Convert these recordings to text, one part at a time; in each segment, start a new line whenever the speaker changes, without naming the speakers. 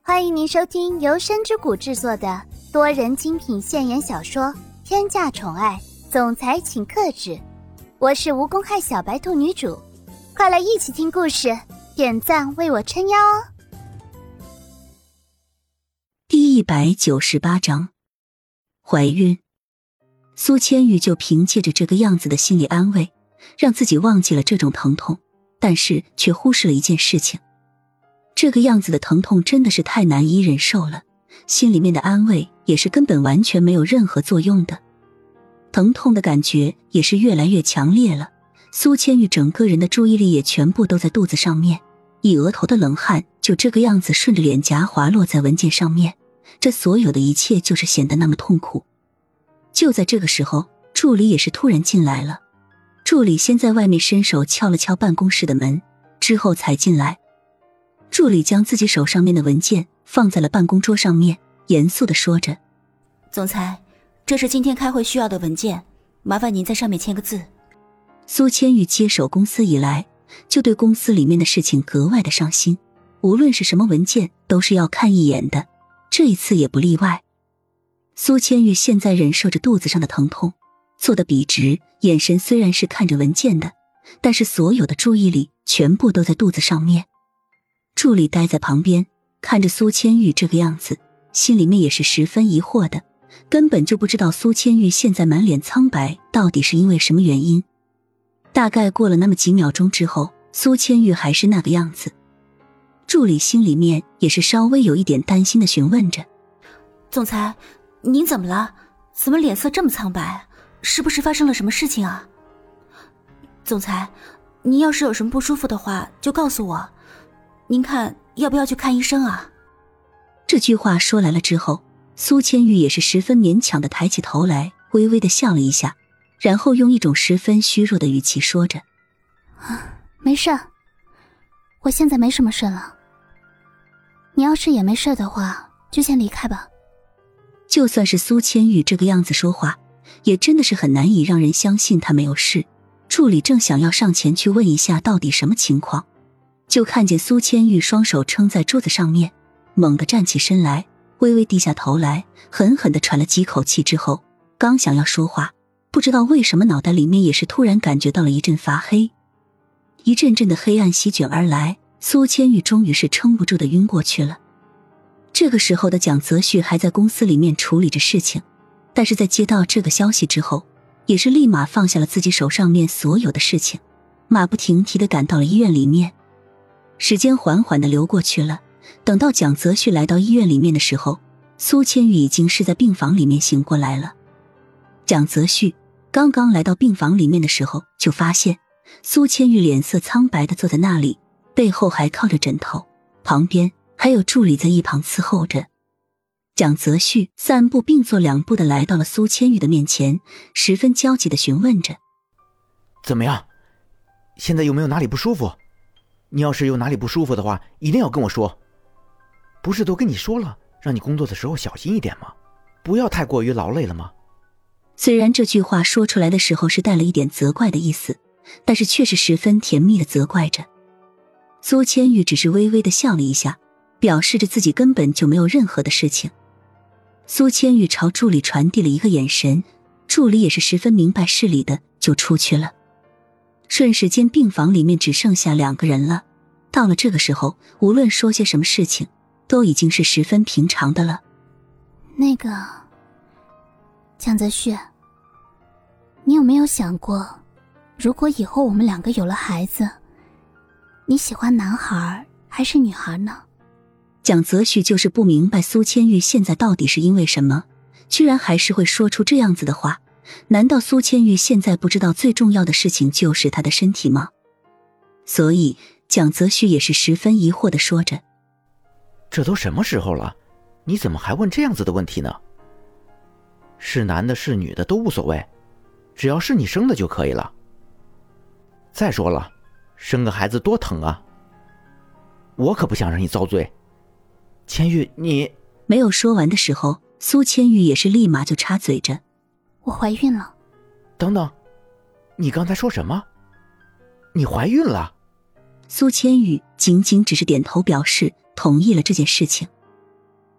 欢迎您收听由深之谷制作的多人精品现言小说《天价宠爱总裁请克制》，我是无公害小白兔女主，快来一起听故事，点赞为我撑腰哦。
第198章，怀孕。苏千玉就凭借着这个样子的心理安慰，让自己忘记了这种疼痛，但是却忽视了一件事情。这个样子的疼痛真的是太难以忍受了，心里面的安慰也是根本完全没有任何作用的。疼痛的感觉也是越来越强烈了，苏千玉整个人的注意力也全部都在肚子上面，一额头的冷汗就这个样子顺着脸颊滑落在文件上面，这所有的一切就是显得那么痛苦。就在这个时候，助理也是突然进来了。助理先在外面伸手敲了敲办公室的门，之后才进来。助理将自己手上面的文件放在了办公桌上面，严肃地说着：
总裁，这是今天开会需要的文件，麻烦您在上面签个字。
苏千玉接手公司以来，就对公司里面的事情格外的上心，无论是什么文件都是要看一眼的，这一次也不例外。苏千玉现在忍受着肚子上的疼痛，坐得笔直，眼神虽然是看着文件的，但是所有的注意力全部都在肚子上面。助理待在旁边，看着苏千玉这个样子，心里面也是十分疑惑的，根本就不知道苏千玉现在满脸苍白到底是因为什么原因。大概过了那么几秒钟之后，苏千玉还是那个样子。助理心里面也是稍微有一点担心的询问着：
总裁，您怎么了？怎么脸色这么苍白？是不是发生了什么事情啊？总裁，您要是有什么不舒服的话就告诉我，您看要不要去看医生啊？
这句话说来了之后，苏千玉也是十分勉强地抬起头来，微微地笑了一下，然后用一种十分虚弱的语气说着：
没事，我现在没什么事了，你要是也没事的话就先离开吧。
就算是苏千玉这个样子说话，也真的是很难以让人相信她没有事。助理正想要上前去问一下到底什么情况，就看见苏千玉双手撑在桌子上面，猛地站起身来，微微低下头来，狠狠地喘了几口气之后，刚想要说话，不知道为什么脑袋里面也是突然感觉到了一阵发黑，一阵阵的黑暗席卷而来，苏千玉终于是撑不住的晕过去了。这个时候的蒋泽旭还在公司里面处理着事情，但是在接到这个消息之后，也是立马放下了自己手上面所有的事情，马不停蹄地赶到了医院里面。时间缓缓地流过去了，等到蒋泽旭来到医院里面的时候，苏千玉已经是在病房里面醒过来了。蒋泽旭刚刚来到病房里面的时候，就发现苏千玉脸色苍白地坐在那里，背后还靠着枕头，旁边还有助理在一旁伺候着。蒋泽旭3步并作2步地来到了苏千玉的面前，十分焦急地询问着：
怎么样？现在有没有哪里不舒服？你要是有哪里不舒服的话，一定要跟我说。不是都跟你说了，让你工作的时候小心一点吗？不要太过于劳累了吗？
虽然这句话说出来的时候是带了一点责怪的意思，但是却是十分甜蜜地责怪着。苏千玉只是微微地笑了一下，表示着自己根本就没有任何的事情。苏千玉朝助理传递了一个眼神，助理也是十分明白事理的就出去了。瞬时间病房里面只剩下2个人了，到了这个时候，无论说些什么事情都已经是十分平常的了。
那个蒋泽旭，你有没有想过，如果以后我们2个有了孩子，你喜欢男孩还是女孩呢？
蒋泽旭就是不明白苏千玉现在到底是因为什么，居然还是会说出这样子的话。难道苏千玉现在不知道最重要的事情就是她的身体吗？所以蒋泽旭也是十分疑惑地说着：
这都什么时候了，你怎么还问这样子的问题呢？是男的是女的都无所谓，只要是你生的就可以了。再说了，生个孩子多疼啊，我可不想让你遭罪。千玉，你……
没有说完的时候，苏千玉也是立马就插嘴着：
我怀孕了。
等等，你刚才说什么？你怀孕了？
苏千玉仅仅只是点头表示同意了这件事情，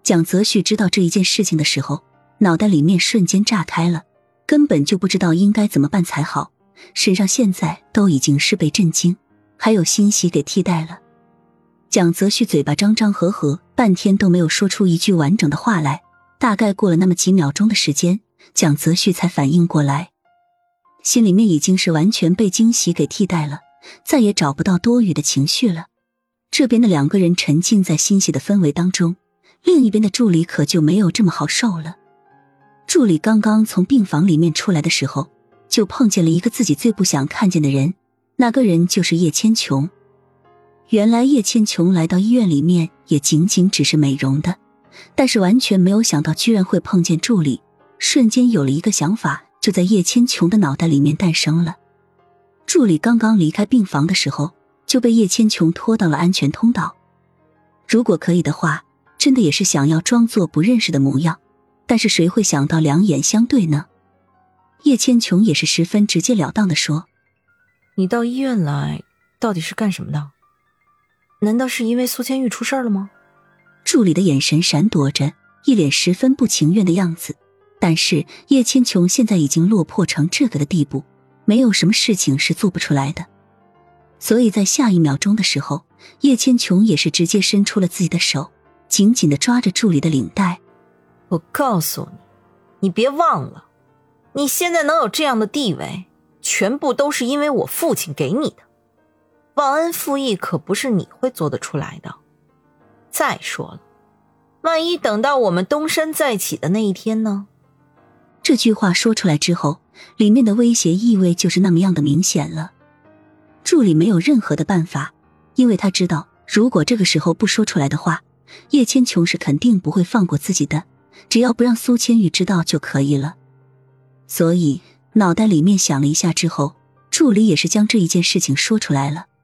蒋泽旭知道这一件事情的时候，脑袋里面瞬间炸开了，根本就不知道应该怎么办才好，身上现在都已经是被震惊还有欣喜给替代了。蒋泽旭嘴巴张张合合，半天都没有说出一句完整的话来，大概过了那么几秒钟的时间，蒋泽旭才反应过来，心里面已经是完全被惊喜给替代了，再也找不到多余的情绪了。这边的两个人沉浸在欣喜的氛围当中，另一边的助理可就没有这么好受了。助理刚刚从病房里面出来的时候，就碰见了一个自己最不想看见的人，那个人就是叶千琼。原来叶千琼来到医院里面也仅仅只是美容的，但是完全没有想到居然会碰见助理，瞬间有了一个想法就在叶千琼的脑袋里面诞生了。助理刚刚离开病房的时候就被叶千琼拖到了安全通道，如果可以的话，真的也是想要装作不认识的模样，但是谁会想到两眼相对呢？叶千琼也是十分直截了当地说，
你到医院来到底是干什么的？难道是因为苏千玉出事了吗？
助理的眼神闪躲着，一脸十分不情愿的样子，但是叶千琼现在已经落魄成这个的地步，没有什么事情是做不出来的。所以在下一秒钟的时候，叶千琼也是直接伸出了自己的手，紧紧地抓着助理的领带。
我告诉你，你别忘了，你现在能有这样的地位，全部都是因为我父亲给你的，忘恩负义可不是你会做得出来的。再说了，万一等到我们东山再起的那一天呢？
这句话说出来之后，里面的威胁意味就是那么样的明显了。助理没有任何的办法，因为他知道如果这个时候不说出来的话，叶千琼是肯定不会放过自己的，只要不让苏千玉知道就可以了。所以脑袋里面想了一下之后，助理也是将这一件事情说出来了。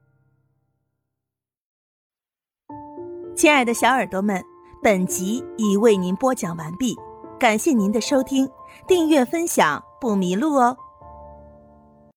亲爱的小耳朵们，本集已为您播讲完毕，感谢您的收听，订阅分享不迷路哦。